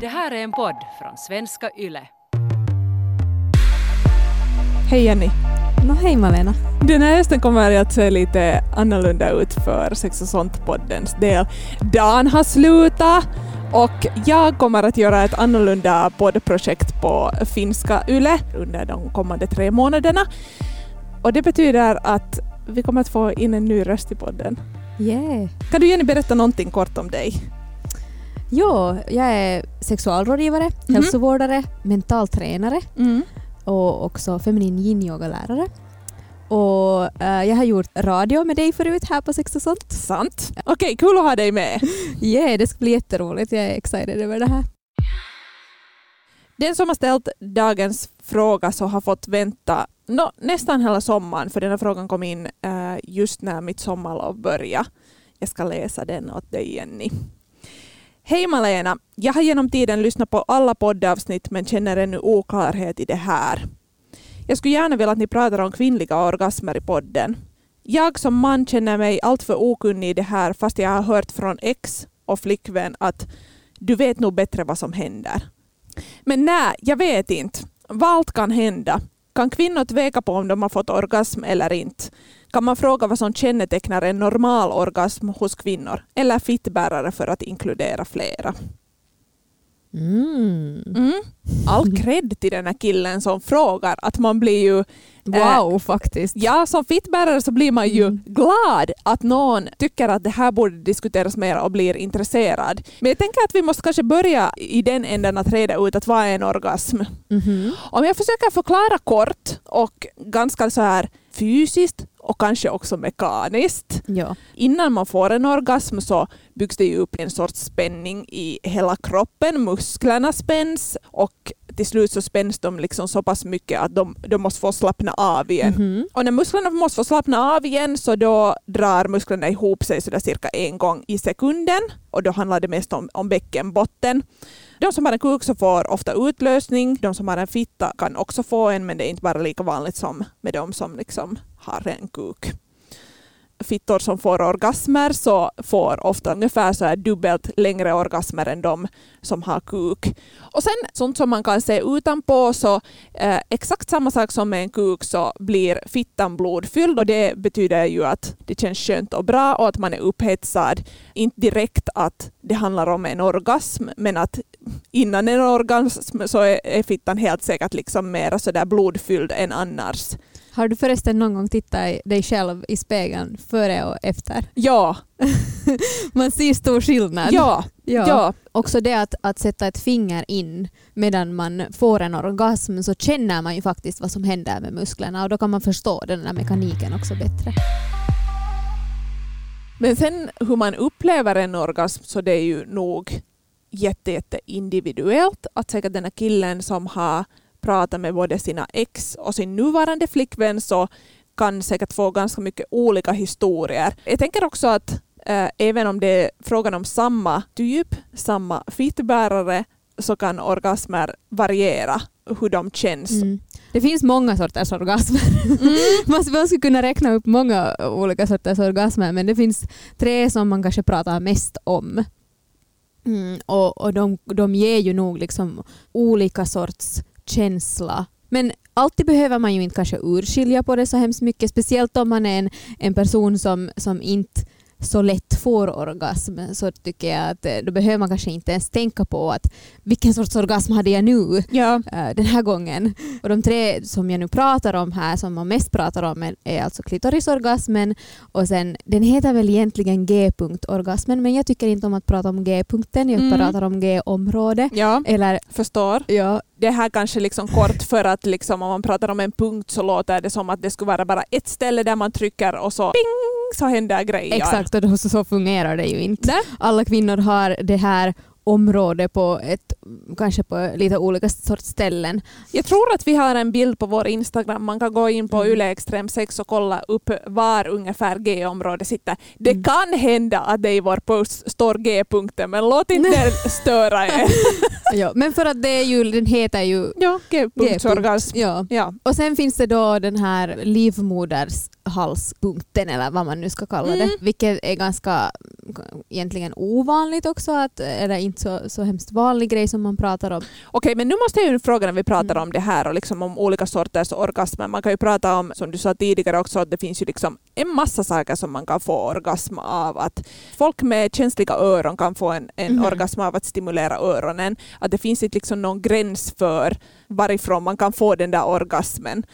Det här är en podd från Svenska Yle. Hej Jenny. Hej Malena. Den här hösten kommer att se lite annorlunda ut för Sex och sånt-poddens del. Dan har slutat och jag kommer att göra ett annorlunda poddprojekt på Finska Yle under de kommande 3 månaderna. Och det betyder att vi kommer att få in en ny röst i podden. Yeah. Kan du Jenny berätta någonting kort om dig? Ja, jag är sexualrådgivare, hälsovårdare, mentaltränare och också feminin yin-yoga-lärare. Och jag har gjort radio med dig förut här på Sex och sånt. Sant. Okej, kul att ha dig med. Det ska bli jätteroligt. Jag är excited över det här. Den som har ställt dagens fråga så har fått vänta nästan hela sommaren, för den här frågan kom in just när mitt sommarlov började. Jag ska läsa den åt dig Jenny. Hej Malena, jag har genom tiden lyssnat på alla poddavsnitt men känner ännu oklarhet i det här. Jag skulle gärna vilja att ni pratar om kvinnliga orgasmer i podden. Jag som man känner mig allt för okunnig i det här, fast jag har hört från ex och flickvän att du vet nog bättre vad som händer. Men nej, jag vet inte. Vad allt kan hända. Kan kvinnor tveka på om de har fått orgasm eller inte? Kan man fråga vad som kännetecknar en normal orgasm hos kvinnor? Eller fittbärare för att inkludera flera? All cred till den här killen som frågar. Att man blir ju... Wow, faktiskt. Ja, som fittbärare så blir man ju glad att någon tycker att det här borde diskuteras mer och blir intresserad. Men jag tänker att vi måste kanske börja i den änden att reda ut att vad är en orgasm. Om jag försöker förklara kort och ganska så här fysiskt och kanske också mekaniskt. Ja. Innan man får en orgasm så byggs det ju upp en sorts spänning i hela kroppen. Musklerna spänns och till slut så spänns de liksom så pass mycket att de måste få slappna av igen. Och när musklerna måste få slappna av igen så då drar musklerna ihop sig så där cirka 1 gång i sekunden. Och då handlar det mest om bäckenbotten. De som har en kuk så får ofta utlösning. De som har en fitta kan också få en, men det är inte bara lika vanligt som med de som liksom har en kuk. Fittor som får orgasmer så får ofta ungefär så här dubbelt längre orgasmer än de som har kuk. Och sen sånt som man kan se utanpå så exakt samma sak som med en kuk så blir fittan blodfylld, och det betyder ju att det känns skönt och bra och att man är upphetsad. Inte direkt att det handlar om en orgasm, men att innan en orgasm så är fittan helt säkert liksom mer så där blodfylld än annars. Har du förresten någon gång tittat dig själv i spegeln före och efter? Ja. Man ser stor skillnad. Ja. Också det att sätta ett finger in medan man får en orgasm, så känner man ju faktiskt vad som händer med musklerna, och då kan man förstå den här mekaniken också bättre. Men sen hur man upplever en orgasm så det är ju nog jätte individuellt. Att säkert den här killen som har pratat med både sina ex och sin nuvarande flickvän så kan säkert få ganska mycket olika historier. Jag tänker också att även om det är frågan om samma typ, samma fittbärare, så kan orgasmer variera hur de känns. Det finns många sorters orgasmer. Man skulle kunna räkna upp många olika sorters orgasmer, men det finns 3 som man kanske pratar mest om. Och de ger ju nog liksom olika sorts känsla. Men alltid behöver man ju inte kanske urskilja på det så hemskt mycket. Speciellt om man är en person som inte så lätt får orgasm, så tycker jag att då behöver man kanske inte ens tänka på att vilken sorts orgasm hade jag nu den här gången. Och de 3 som jag nu pratar om här, som man mest pratar om, är alltså klitorisorgasmen, och sen den heter väl egentligen G-punktorgasmen, men jag tycker inte om att prata om G-punkten, jag pratar om G-område. Ja, eller förstår. Ja. Det här kanske liksom kort för att liksom, om man pratar om en punkt så låter det som att det skulle vara bara ett ställe där man trycker och så ping, så händer grejer. Exakt, och så fungerar det ju inte. Nej. Alla kvinnor har det här område på kanske på lite olika sorts ställen. Jag tror att vi har en bild på vår Instagram. Man kan gå in på Yle Extrem 6 och kolla upp var ungefär G-området sitter. Det kan hända att det i vår post står G-punkten, men låt inte störa er. Ja, men för att den heter ju G-punktsorgasm. Ja. Och sen finns det då den här livmodershalspunkten, eller vad man nu ska kalla det, vilket är ganska egentligen ovanligt också, eller inte så hemskt vanlig grej som man pratar om. Okej, men nu måste jag ju fråga när vi pratar om det här och liksom om olika sorters orgasmer. Man kan ju prata om, som du sa tidigare också, att det finns ju liksom en massa saker som man kan få orgasm av. Att folk med känsliga öron kan få en orgasm av att stimulera öronen. Att det finns inte liksom någon gräns för varifrån man kan få den där orgasmen.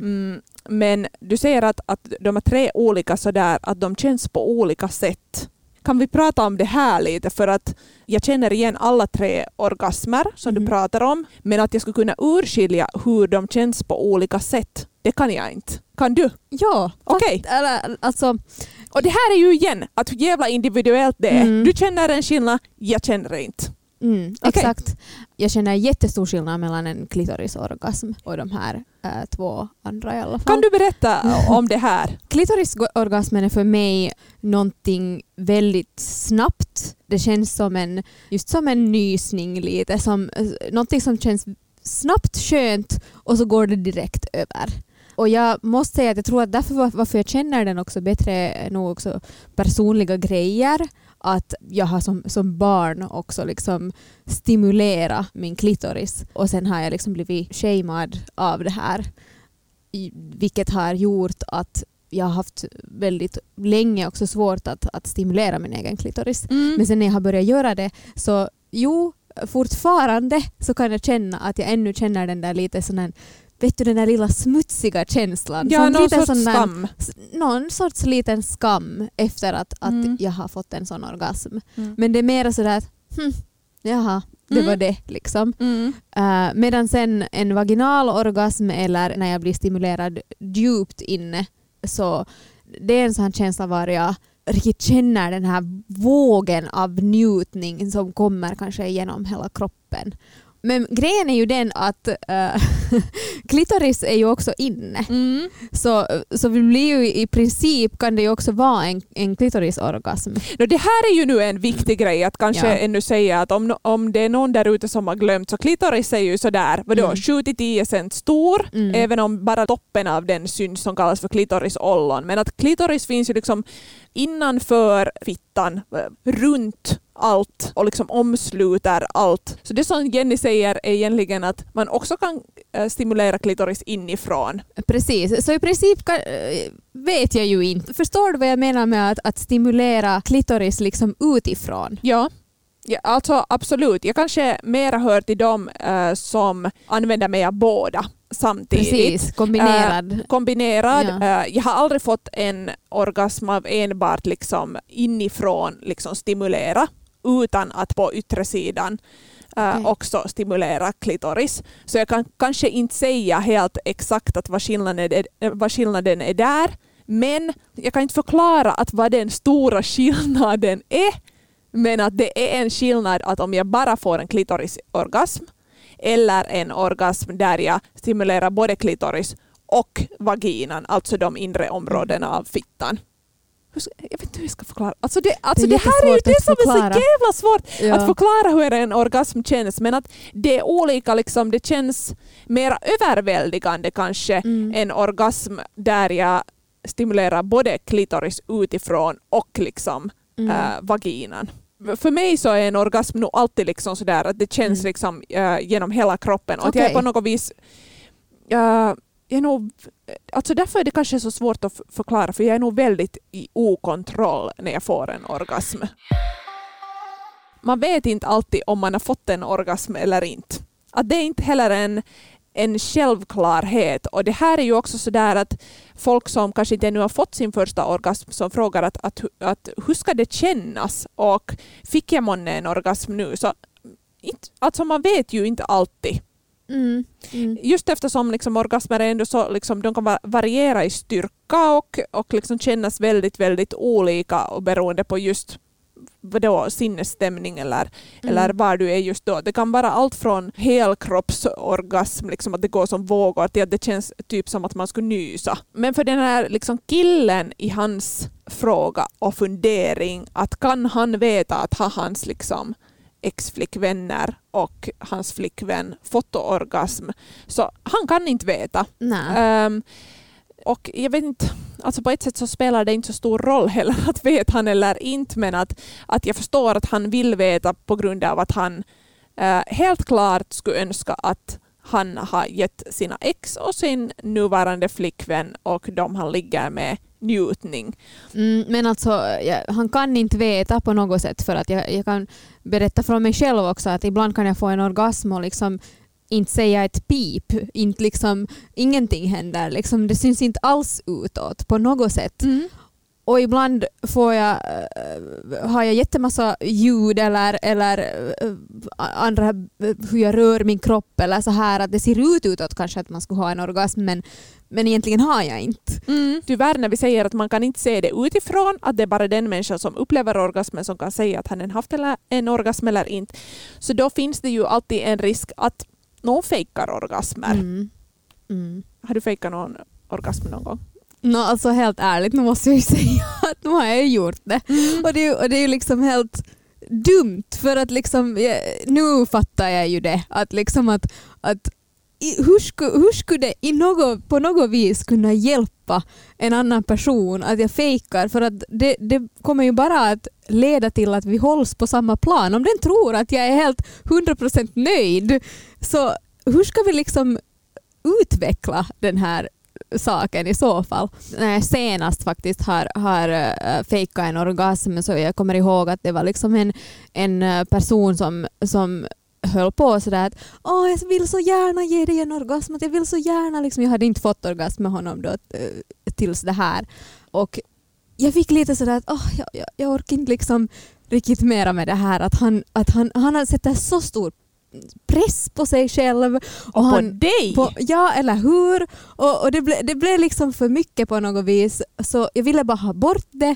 Men du säger att de är 3 olika sådär, att de känns på olika sätt. Kan vi prata om det här lite? För att jag känner igen alla 3 orgasmer som du pratar om. Men att jag skulle kunna urskilja hur de känns på olika sätt, det kan jag inte. Kan du? Ja. Okej. Alltså, och det här är ju igen att hur jävla individuellt det är. Du känner en skillnad, jag känner det inte. Exakt. Jag känner jättestor skillnad mellan en klitorisorgasm och de här 2 andra i alla fall. Kan du berätta om det här? Klitorisorgasmen är för mig någonting väldigt snabbt. Det känns som en nysning lite. Som, någonting som känns snabbt, skönt och så går det direkt över. Och jag måste säga att jag tror att därför varför jag känner den också bättre är nog också personliga grejer. Att jag har som barn också liksom stimulera min klitoris. Och sen har jag liksom blivit shamed av det här. Vilket har gjort att jag har haft väldigt länge också svårt att stimulera min egen klitoris. Men sen när jag har börjat göra det så fortfarande så kan jag känna att jag ännu känner den där lite sån här, vet du, den där lilla smutsiga känslan. Ja, någon lite sorts skam. Någon sorts liten skam efter att jag har fått en sån orgasm. Men det är mer sådär att jaha, det var det liksom. Medan sen en vaginal orgasm eller när jag blir stimulerad djupt inne, så det är en sån känsla var jag riktigt känner den här vågen av njutning som kommer kanske genom hela kroppen. Men grejen är ju den att klitoris är ju också inne. Så vi blir ju i princip, kan det ju också vara en klitorisorgasm. Det här är ju nu en viktig grej att kanske ännu säga att om det är någon där ute som har glömt, så klitoris är ju sådär 7-10 cent stor, även om bara toppen av den syns som kallas för klitorisollon. Men att klitoris finns ju liksom innanför fittan, runt allt och liksom omsluter allt. Så det som Jenny säger är egentligen att man också kan stimulera klitoris inifrån. Precis, så i princip vet jag ju inte. Förstår du vad jag menar med att stimulera klitoris liksom utifrån? Ja, alltså absolut. Jag kanske mer hör till dem som använder mig av båda samtidigt. Precis, kombinerad. Jag har aldrig fått en orgasm av enbart liksom inifrån liksom stimulera, utan att på yttre sidan också stimulera klitoris. Så jag kan kanske inte säga helt exakt att vad skillnaden är där, men jag kan inte förklara att vad den stora skillnaden är, men att det är en skillnad att om jag bara får en klitorisorgasm eller en orgasm där jag stimulerar både klitoris och vaginan, alltså de inre områdena av fittan. Jag vet inte hur jag ska förklara. Alltså det här är ju det som är så jävla svårt att förklara hur en orgasm känns. Men att det är olika, liksom, det känns mer överväldigande kanske en orgasm där jag stimulerar både klitoris utifrån och liksom vaginan. För mig så är en orgasm nog alltid liksom sådär att det känns liksom genom hela kroppen. Och att jag är på något vis alltså därför är det kanske så svårt att förklara, för jag är nog väldigt i okontroll när jag får en orgasm. Man vet inte alltid om man har fått en orgasm eller inte. Att det är inte heller en självklarhet. Och det här är ju också sådär att folk som kanske inte ännu har fått sin första orgasm som frågar att hur ska det kännas, och fick jag månne en orgasm nu? Så alltså man vet ju inte alltid. Just eftersom liksom orgasmer är ändå så, liksom, de kan variera i styrka och liksom kännas väldigt, väldigt olika, och beroende på just sinnesstämning eller var du är just då. Det kan vara allt från helkroppsorgasm, liksom att det går som vågor, till att det känns typ som att man skulle nysa. Men för den här liksom killen i hans fråga och fundering, att kan han veta att hans liksom ex-flickvänner och hans flickvän fått orgasm, så han kan inte veta. Och jag vet inte, alltså på ett sätt så spelar det inte så stor roll heller att vet han eller inte, men att jag förstår att han vill veta på grund av att han helt klart skulle önska att han har gett sina ex och sin nuvarande flickvän och de han ligger med njutning. Men alltså, han kan inte veta på något sätt, för att jag kan berätta från mig själv också att ibland kan jag få en orgasm och liksom inte säga ett pip, inte liksom, ingenting händer, liksom, det syns inte alls utåt på något sätt. Och ibland har jag jättemassa ljud eller andra hur jag rör min kropp eller så här, att det ser utåt kanske att man skulle ha en orgasm, men egentligen har jag inte. Tyvärr när vi säger att man kan inte se det utifrån, att det är bara den människan som upplever orgasmen som kan säga att han har haft en orgasm eller inte, så då finns det ju alltid en risk att någon fejkar orgasmer. Har du fejkat någon orgasm någon gång? Alltså helt ärligt, nu måste jag ju säga att nu har jag gjort det. Och det är ju liksom helt dumt, för att liksom, nu fattar jag ju det. Att liksom att hur skulle det på något vis kunna hjälpa en annan person att jag fejkar, för att det kommer ju bara att leda till att vi hålls på samma plan. Om den tror att jag är helt 100% nöjd, så hur ska vi liksom utveckla den här saken i så fall? När jag senast faktiskt har fejkat en orgasm, så jag kommer ihåg att det var liksom en person som höll på sådär att jag vill så gärna ge dig en orgasm, att jag vill så gärna liksom, jag hade inte fått orgasm med honom då tills det här, och jag fick lite sådär att jag orkar inte liksom riktigt mera med det här, att han har sett så stor press på sig själv och på dig. Ja, eller hur? Och det blev liksom för mycket på något vis, så jag ville bara ha bort det.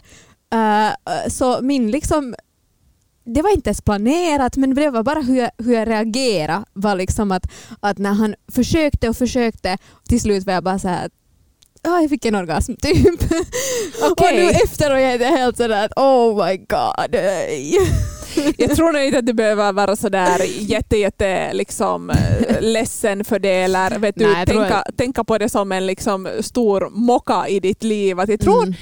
Så min liksom, det var inte ens planerat, men det var bara hur jag reagerade, var liksom att när han försökte till slut var jag bara så här, jag fick en orgasm typ. Och nu efteråt är det helt sådär att oh my god. Jag tror inte att du behöver vara sådär jätte liksom ledsen för det, eller vet du, tänka på det som en liksom stor mocka i ditt liv. Att jag tror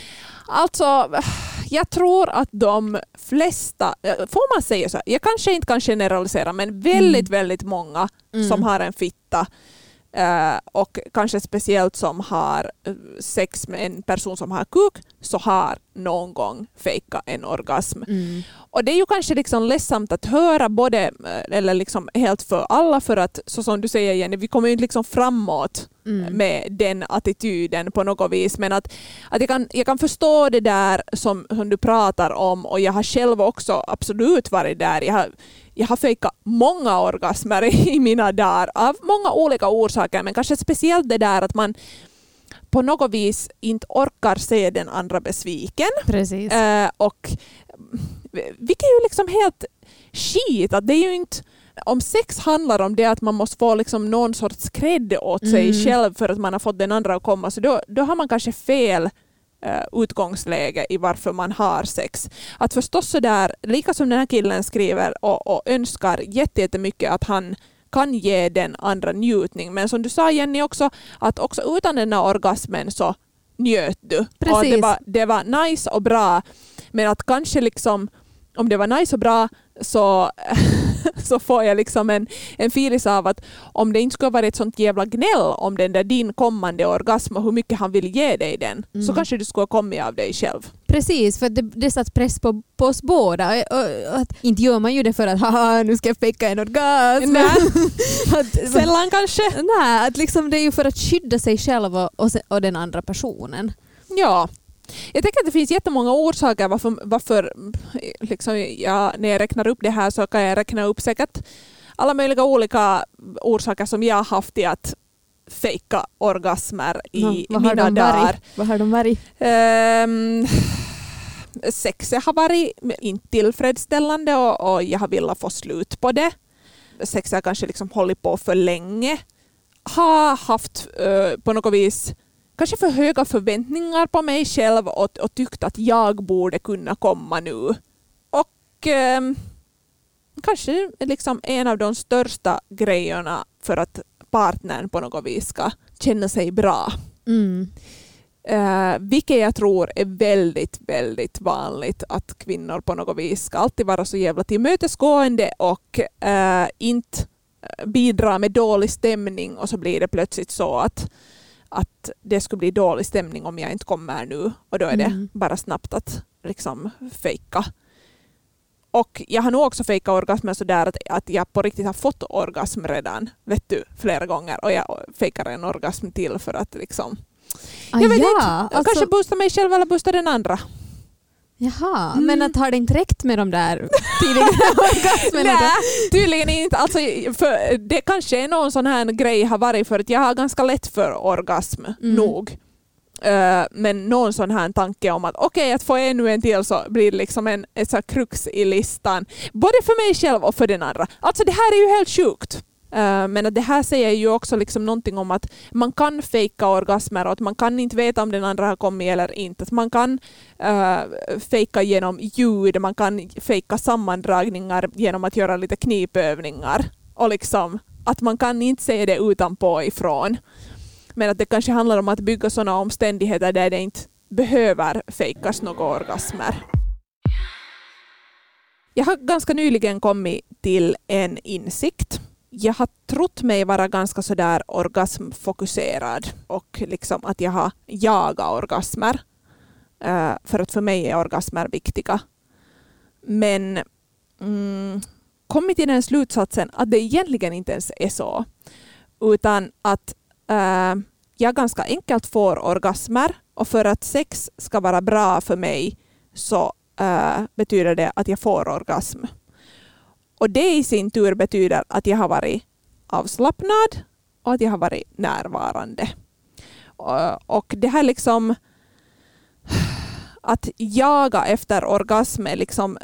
jag tror att de flesta, får man säga så här, jag kanske inte kan generalisera, men väldigt många som har en fitta och kanske speciellt som har sex med en person som har kuk, så har någon gång fejkat en orgasm. Och det är ju kanske liksom ledsamt att höra både, eller liksom helt för alla, för att så som du säger Jenny, vi kommer ju inte liksom framåt med den attityden på något vis, men att jag kan förstå det där som du pratar om, och jag har själv också absolut varit där. Jag har fejkat många orgasmer i mina dagar av många olika orsaker, men kanske speciellt det där att man på något vis inte orkar se den andra besviken. Precis. Och vilket är ju liksom helt skit, att det är ju inte, om sex handlar om det att man måste få liksom någon sorts cred åt sig själv för att man har fått den andra att komma, så då har man kanske fel utgångsläge i varför man har sex. Att förstås så där, lika som den här killen skriver och önskar jättemycket att han kan ge den andra njutning, men som du sa Jenny också, att också utan den här orgasmen så njöt du. Precis. Och det var nice och bra, men att kanske liksom, om det var nice och bra så får jag liksom en filis av att om det inte skulle vara ett sånt jävla gnäll om den där din kommande orgasm och hur mycket han vill ge dig den, så kanske du skulle ha kommit av dig själv. Precis, för det satt press på oss båda. Och att inte gör man ju det för att haha, nu ska jag fejka en orgasm. Sällan kanske. Nej, att liksom det är ju för att skydda sig själv och den andra personen. Ja. Jag tänker att det finns jättemånga orsaker varför liksom när jag räknar upp det här så kan jag räkna upp säkert alla möjliga olika orsaker som jag har haft i att fejka orgasmer i mina dagar. Vad har de varit? Sexet har varit inte tillfredsställande och jag har velat få slut på det. Sexet har kanske liksom hållit på för länge. Har haft på något vis kanske för höga förväntningar på mig själv och tyckt att jag borde kunna komma nu. Och kanske liksom en av de största grejerna för att partnern på något vis ska känna sig bra. Vilket jag tror är väldigt, väldigt vanligt, att kvinnor på något vis ska alltid vara så jävla tillmötesgående och inte bidra med dålig stämning, och så blir det plötsligt så att det skulle bli dålig stämning om jag inte kommer nu, och då är det bara snabbt att liksom fejka. Och jag har nog också fejkat orgasmer så där att jag på riktigt har fått orgasm redan, vet du, flera gånger, och jag fejkar en orgasm till för att liksom jag vet inte, kanske boosta mig själv eller boosta den andra. Jaha, men att har det inte räckt med de där tidigare orgasmerna? Nej, tydligen inte. Alltså, för det kanske är någon sån här grej har varit för att jag har ganska lätt för orgasm nog. Men någon sån här tanke om att okej, att få ännu en till så blir det liksom ett så krux i listan. Både för mig själv och för den andra. Alltså det här är ju helt sjukt. Men att det här säger ju också liksom någonting om att man kan fejka orgasmer och att man kan inte veta om den andra har kommit eller inte. Att man kan fejka genom ljud, man kan fejka sammandragningar genom att göra lite knipövningar. Och liksom att man kan inte säga det utanpå ifrån. Men att det kanske handlar om att bygga sådana omständigheter där det inte behöver fejkas några orgasmer. Jag har ganska nyligen kommit till en insikt. Jag har trott mig vara ganska sådär orgasmfokuserad och liksom att jag har jagat orgasmer. För att för mig är orgasmer viktiga. Men kommit till den slutsatsen att det egentligen inte ens är så. Utan att jag ganska enkelt får orgasmer, och för att sex ska vara bra för mig så betyder det att jag får orgasm. Och det i sin tur betyder att jag har varit avslappnad och att jag har varit närvarande. Och det här liksom att jaga efter orgasm är liksom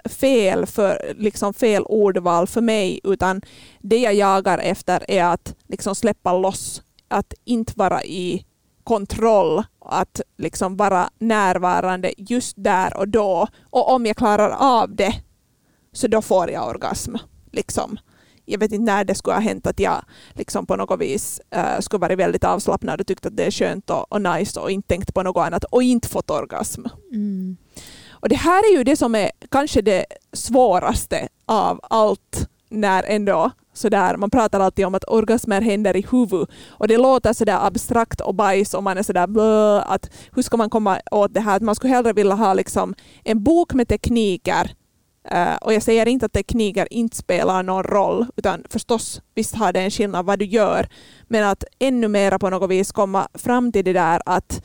fel ordval för mig, utan det jag jagar efter är att liksom släppa loss, att inte vara i kontroll, att liksom vara närvarande just där och då, och om jag klarar av det så då får jag orgasm. Liksom. Jag vet inte när det skulle ha hänt att jag liksom på något vis skulle vara väldigt avslappnad och tyckt att det är skönt och nice och inte tänkt på något annat och inte fått orgasm. Och det här är ju det som är kanske det svåraste av allt, när ändå sådär, man pratar alltid om att orgasmer händer i huvudet, och det låter sådär abstrakt och bajs, och man är sådär blö, att hur ska man komma åt det här, att man skulle hellre vilja ha liksom en bok med tekniker. Och jag säger inte att tekniker inte spelar någon roll, utan förstås visst har det en skillnad vad du gör, men att ännu mer på något vis komma fram till det där att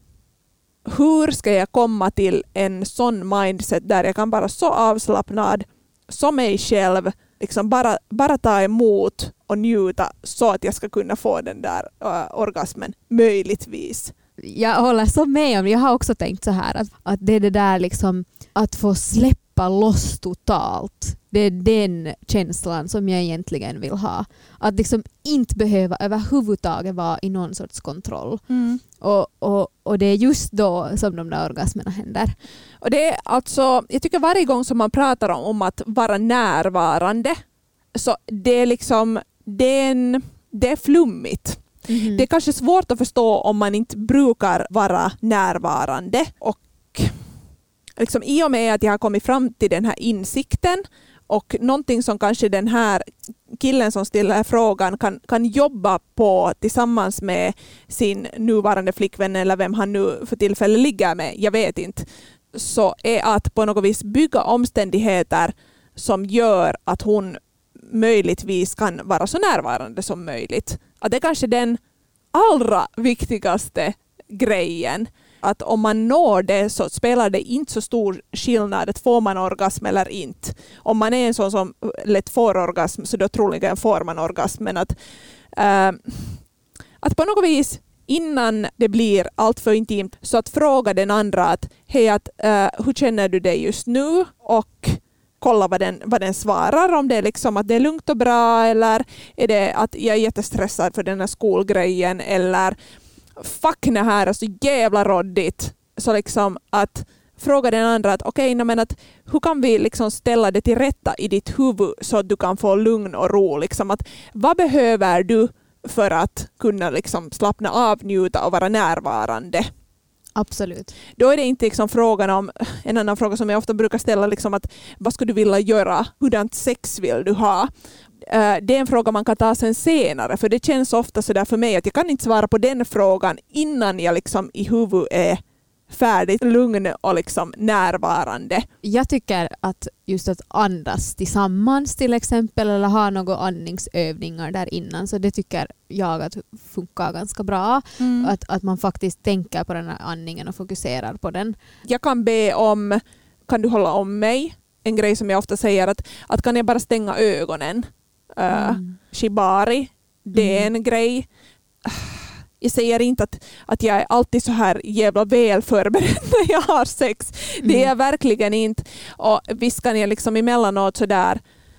hur ska jag komma till en sån mindset där jag kan vara så avslappnad som mig själv, liksom bara ta emot och njuta så att jag ska kunna få den där orgasmen möjligtvis. Jag håller så med om, jag har också tänkt så här att det är det där liksom att få släppa loss totalt. Det är den känslan som jag egentligen vill ha. Att liksom inte behöva överhuvudtaget vara i någon sorts kontroll. Och det är just då som de där orgasmerna händer. Och det är alltså, jag tycker varje gång som man pratar om att vara närvarande, så det är liksom det är flummigt. Det är kanske svårt att förstå om man inte brukar vara närvarande, och liksom i och med att jag har kommit fram till den här insikten, och någonting som kanske den här killen som ställer frågan kan jobba på tillsammans med sin nuvarande flickvän eller vem han nu för tillfället ligger med, jag vet inte, så är att på något vis bygga omständigheter som gör att hon möjligtvis kan vara så närvarande som möjligt. Att det är kanske den allra viktigaste grejen. Att om man når det så spelar det inte så stor skillnad att får man orgasm eller inte. Om man är en sån som lätt får orgasm så då troligen får man orgasm. Men att på något vis innan det blir allt för intimt så att fråga den andra att hej, hur känner du dig just nu, och kolla vad den svarar, om det är liksom att det är lugnt och bra, eller är det att jag är jättestressad för den här skolgrejen, eller fuck, det här är så jävla råddigt. Så liksom att fråga den andra att men att hur kan vi liksom ställa det till rätta i ditt huvud så att du kan få lugn och ro, liksom att vad behöver du för att kunna liksom slappna av, njuta och vara närvarande. Absolut. Då är det inte liksom frågan om, en annan fråga som jag ofta brukar ställa, liksom att vad skulle du vilja göra? Hurdant sex vill du ha? Det är en fråga man kan ta sen senare, för det känns ofta så där för mig att jag kan inte svara på den frågan innan jag liksom i huvudet är färdigt, lugn och liksom närvarande. Jag tycker att just att andas tillsammans till exempel eller ha några andningsövningar där innan, så det tycker jag att funkar ganska bra. Att man faktiskt tänker på den här andningen och fokuserar på den. Jag kan be om, kan du hålla om mig? En grej som jag ofta säger att kan jag bara stänga ögonen? Shibari, det är en grej. Jag säger inte att jag är alltid så här jävla väl förberedd när jag har sex. Det är jag verkligen inte. Och visst kan jag liksom emellanåt så där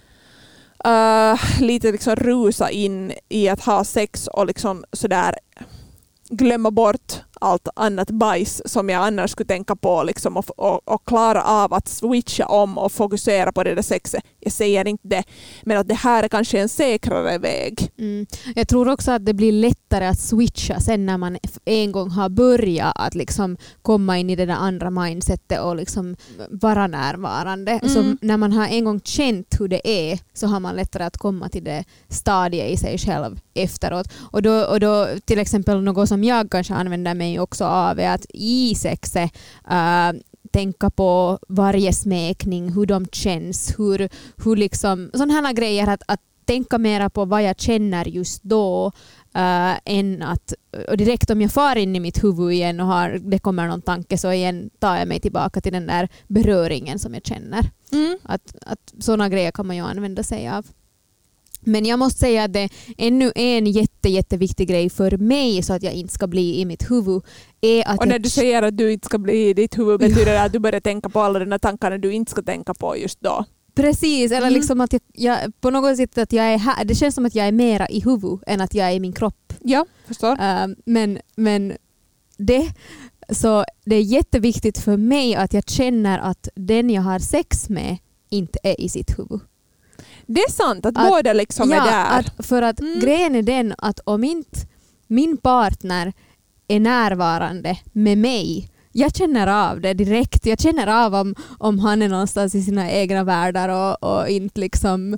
lite liksom rusa in i att ha sex och liksom så där glömma bort allt annat bajs som jag annars skulle tänka på liksom, och klara av att switcha om och fokusera på det där sexet. Jag säger inte det, men att det här är kanske en säkrare väg. Jag tror också att det blir lättare att switcha sen när man en gång har börjat att liksom komma in i det där andra mindsetet och liksom vara närvarande. Så när man har en gång känt hur det är så har man lättare att komma till det stadiet i sig själv efteråt. Och då till exempel något som jag kanske använder mig också av är att i sexet tänka på varje smekning, hur de känns, hur liksom sådana här grejer, att tänka mera på vad jag känner just då än att, och direkt om jag far in i mitt huvud igen och det kommer någon tanke, så igen tar jag mig tillbaka till den där beröringen som jag känner. Att sådana grejer kan man ju använda sig av. Men jag måste säga att det är ännu en jätteviktig grej för mig så att jag inte ska bli i mitt huvud. Är att och när du säger att du inte ska bli i ditt huvud, betyder det att du börjar tänka på alla dina tankar du inte ska tänka på just då? Precis, eller liksom att jag på något sätt att jag är här. Det känns som att jag är mera i huvud än att jag är i min kropp. Ja, förstår. Men så det är jätteviktigt för mig att jag känner att den jag har sex med inte är i sitt huvud. Det är sant att båda liksom är där. För att grejen är den att om inte min partner är närvarande med mig, jag känner av det direkt. Jag känner av om han är någonstans i sina egna världar och inte liksom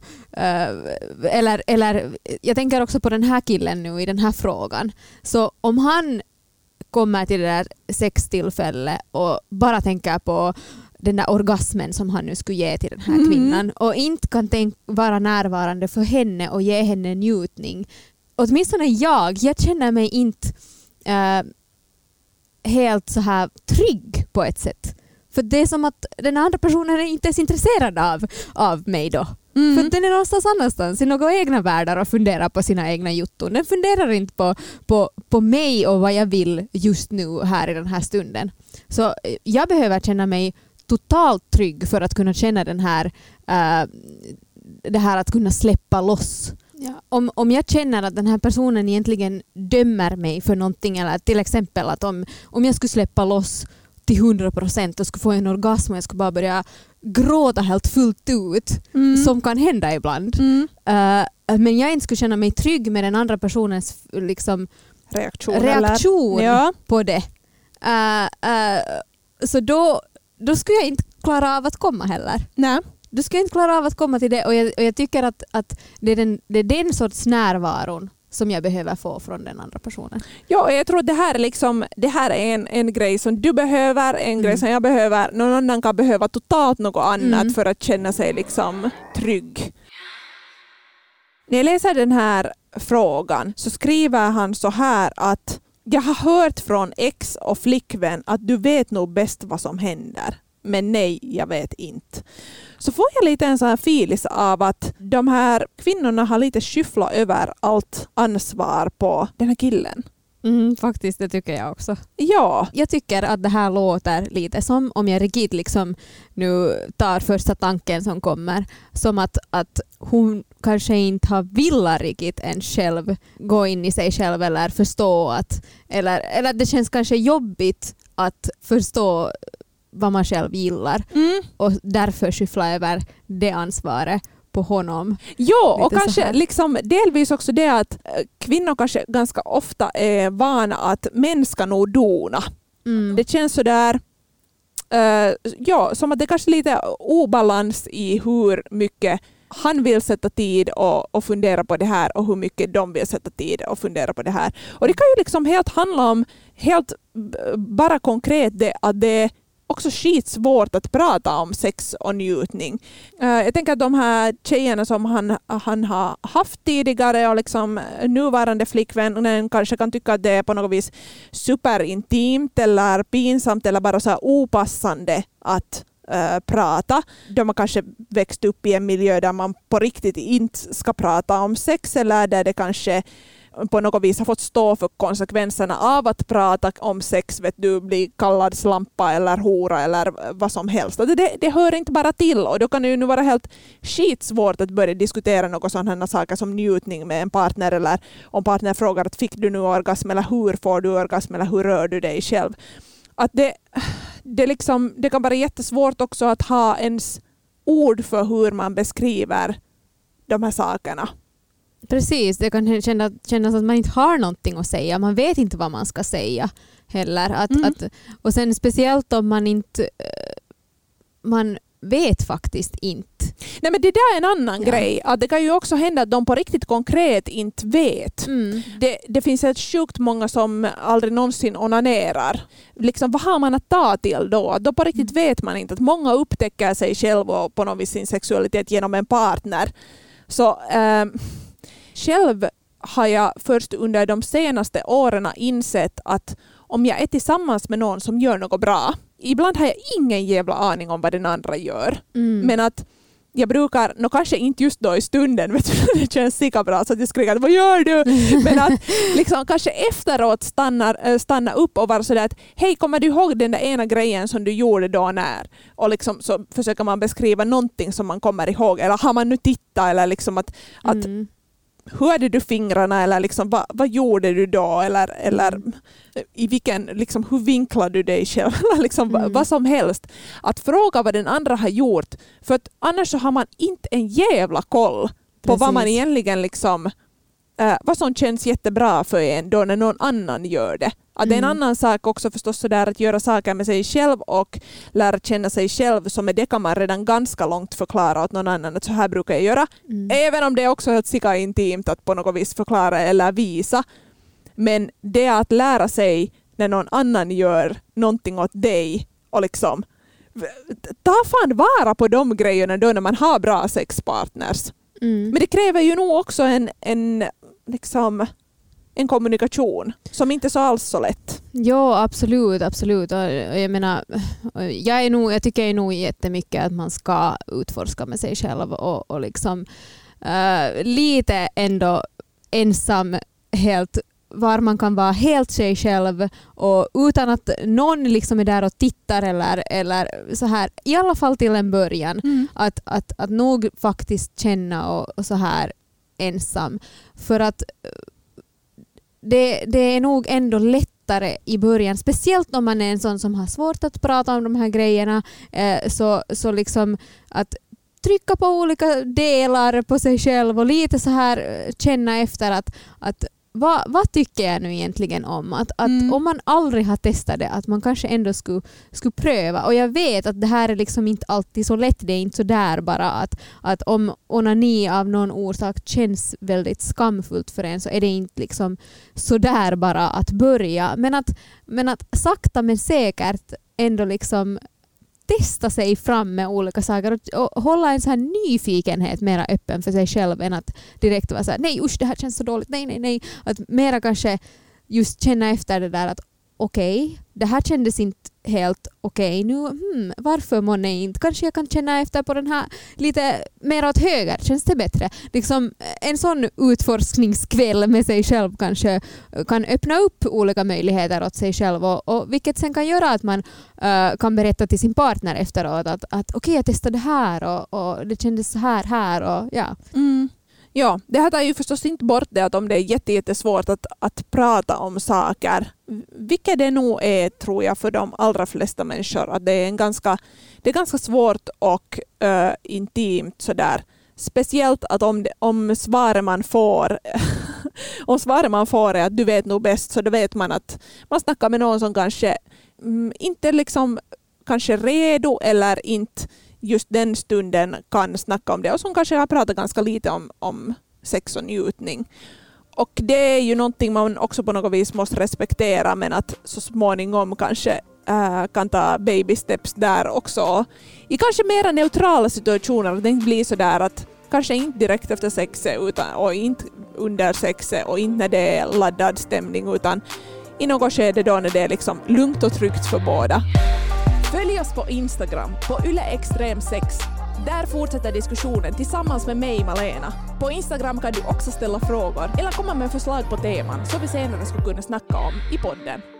eller jag tänker också på den här killen nu i den här frågan. Så om han kommer till det där sextillfället och bara tänker på den där orgasmen som han nu skulle ge till den här kvinnan och inte kan vara närvarande för henne och ge henne njutning. Åtminstone jag känner mig inte helt så här trygg på ett sätt. För det är som att den andra personen är inte ens intresserad av mig då. För den är någonstans annanstans i några egna världar och funderar på sina egna jutton. Den funderar inte på mig och vad jag vill just nu här i den här stunden. Så jag behöver känna mig totalt trygg för att kunna känna den här det här att kunna släppa loss. Ja. Om jag känner att den här personen egentligen dömer mig för någonting, eller till exempel att om jag skulle släppa loss till 100% och skulle få en orgasm och jag skulle bara börja gråta helt fullt ut, som kan hända ibland. Men jag inte skulle känna mig trygg med den andra personens liksom, reaktion på det. Så då skulle jag inte klara av att komma heller. Nej. Du ska inte klara av att komma till det, och jag tycker att det är den sorts närvaron som jag behöver få från den andra personen. Ja, jag tror att det här är en grej som du behöver, en grej som jag behöver. Någon annan kan behöva totalt något annat för att känna sig liksom trygg. När jag läser den här frågan så skriver han så här att jag har hört från ex och flickvän att du vet nog bäst vad som händer. Men nej, jag vet inte. Så får jag lite en sån här filis av att de här kvinnorna har lite skyfflat över allt ansvar på den här killen. Faktiskt, det tycker jag också. Ja. Jag tycker att det här låter lite som, om jag riktigt liksom nu tar första tanken som kommer, som att hon kanske inte har velat riktigt än själv gå in i sig själv eller förstå att, eller det känns kanske jobbigt att förstå vad man själv gillar och därför skyffla över det ansvaret på honom. Ja, och kanske liksom delvis också det att kvinnor kanske ganska ofta är vana att män ska nog dona Det känns så där som att det kanske är lite obalans i hur mycket han vill sätta tid och fundera på det här och hur mycket de vill sätta tid och fundera på det här. Och det kan ju liksom helt handla om helt bara konkret det att det är också skitsvårt att prata om sex och njutning. Jag tänker att de här tjejerna som han har haft tidigare och liksom nuvarande flickvännen kanske kan tycka att det är på något vis superintimt eller pinsamt eller bara så här opassande att prata. De har kanske växt upp i en miljö där man på riktigt inte ska prata om sex eller där det kanske på något vis har fått stå för konsekvenserna av att prata om sex, vet du, bli kallad slampa eller hora eller vad som helst. Det hör inte bara till och då kan det ju nu vara helt skitsvårt att börja diskutera något sådana saker som njutning med en partner eller om partner frågar att fick du nu orgasm eller hur får du orgasm eller hur rör du dig själv. Att det kan vara jättesvårt också att ha ens ord för hur man beskriver de här sakerna. Precis, det kan kännas att man inte har någonting att säga. Man vet inte vad man ska säga heller. Och sen speciellt om man vet faktiskt inte. Nej, men det där är en annan grej. Att det kan ju också hända att de på riktigt konkret inte vet. Det finns ett sjukt många som aldrig någonsin onanerar. Liksom, vad har man att ta till då? Då på riktigt vet man inte. Att många upptäcker sig själv och på något vis sin sexualitet genom en partner. Så själv har jag först under de senaste åren insett att om jag är tillsammans med någon som gör något bra, ibland har jag ingen jävla aning om vad den andra gör. Men att jag brukar, kanske inte just då i stunden, vet du, det känns lika bra så att jag skriker, vad gör du? Men att liksom, kanske efteråt stanna upp och vara sådär att hej, kommer du ihåg den där ena grejen som du gjorde då när? Och liksom, så försöker man beskriva någonting som man kommer ihåg. Eller har man nu tittat? Eller liksom att hörde du fingrarna? Eller liksom, vad gjorde du då? Eller i vilken, liksom, hur vinklade du dig själv? Liksom, vad som helst. Att fråga vad den andra har gjort. För att annars så har man inte en jävla koll på vad man egentligen liksom, vad som känns jättebra för en då när någon annan gör det. Att det är en annan sak också förstås så där att göra saker med sig själv och lära känna sig själv, som det kan man redan ganska långt förklara åt någon annan att så här brukar jag göra. Även om det är också helt sika intimt att på något vis förklara eller visa. Men det är att lära sig när någon annan gör någonting åt dig och liksom ta fan vara på de grejerna då när man har bra sexpartners. Men det kräver ju nog också en kommunikation som inte är så alls så lätt. Ja, absolut. Och jag menar, jag tycker nog jättemycket att man ska utforska med sig själv och liksom lite ändå ensam helt var man kan vara helt sig själv och utan att någon liksom är där och tittar eller så här, i alla fall till en början att nog faktiskt känna och så här ensam, för att det är nog ändå lättare i början, speciellt om man är en sån som har svårt att prata om de här grejerna, så liksom att trycka på olika delar på sig själv och lite så här känna efter att vad tycker jag nu egentligen om? Att om man aldrig har testat det, att man kanske ändå skulle pröva. Och jag vet att det här är liksom inte alltid så lätt. Det är inte så där bara att om onani av någon orsak känns väldigt skamfullt för en, så är det inte liksom så där bara att börja. Men att sakta men säkert ändå liksom testa sig fram med olika saker och hålla en så här nyfikenhet mera öppen för sig själv än att direkt vara så här, nej usch, det här känns så dåligt, nej. Att mera kanske just känna efter det där att okej, det här kändes inte helt okej. Nu, varför månne inte? Kanske jag kan känna efter på den här lite mer åt höger. Känns det bättre? Liksom, en sån utforskningskväll med sig själv kanske kan öppna upp olika möjligheter åt sig själv och vilket sen kan göra att man kan berätta till sin partner efteråt att okej, jag testade det här och det kändes så här och ja. Ja, det här tar ju förstås inte bort det att om det är jättesvårt att prata om saker, vilket det nog är, tror jag, för de allra flesta människor, att det är ganska svårt och intimt sådär. Speciellt att om svaret man får är att du vet nog bäst, så då vet man att man snackar med någon som kanske inte liksom kanske redo eller inte just den stunden kan snacka om det och som kanske har pratat ganska lite om sex och njutning. Och det är ju någonting man också på något vis måste respektera, men att så småningom kanske kan ta baby steps där också. I kanske mera neutrala situationer, det inte blir så där att kanske inte direkt efter sexet och inte under sexet och inte när det är laddad stämning, utan i något skede då när det är liksom lugnt och tryggt för båda. Följ oss på Instagram på Yle Extrem 6. Där fortsätter diskussionen tillsammans med mig, Malena. På Instagram kan du också ställa frågor eller komma med förslag på teman som vi senare skulle kunna snacka om i podden.